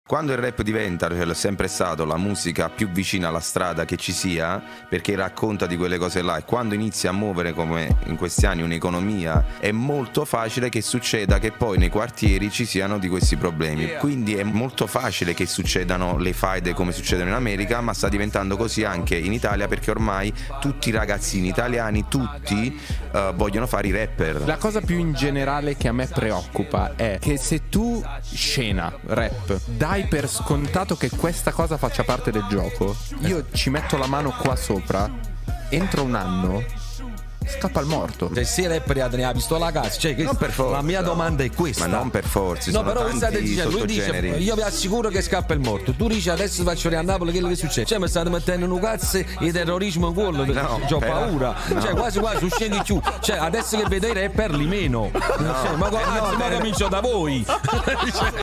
Quando il rap diventa, cioè l'è sempre stato, la musica più vicina alla strada che ci sia, perché racconta di quelle cose là, e quando inizia a muovere come in questi anni un'economia, è molto facile che succeda che poi nei quartieri ci siano di questi problemi. Quindi è molto facile che succedano le faide come succedono in America, ma sta diventando così anche in Italia, perché ormai tutti i ragazzini italiani, tutti vogliono fare i rapper. La cosa più in generale che a me preoccupa è che se tu, scena, rap, dai per scontato che questa cosa faccia parte del gioco, io ci metto la mano qua sopra, entro un anno scappa il morto. Cioè, se i rapper hanno la pistola a casa, cioè, Non per forza. la mia domanda è questa. Ma non per forza, No, sono però voi state tanti dicendo, lui dice, sottogeneri. io vi assicuro che scappa il morto. Tu dici adesso faccio a Napoli, che succede? Cioè, mi state mettendo un cazzo di terrorismo in cuore, No, c'ho però- paura. no. Cioè, quasi quasi tu scendi giù. Cioè, adesso che vedo i rapper li meno. Cioè, ma anzi, ma comincio da voi.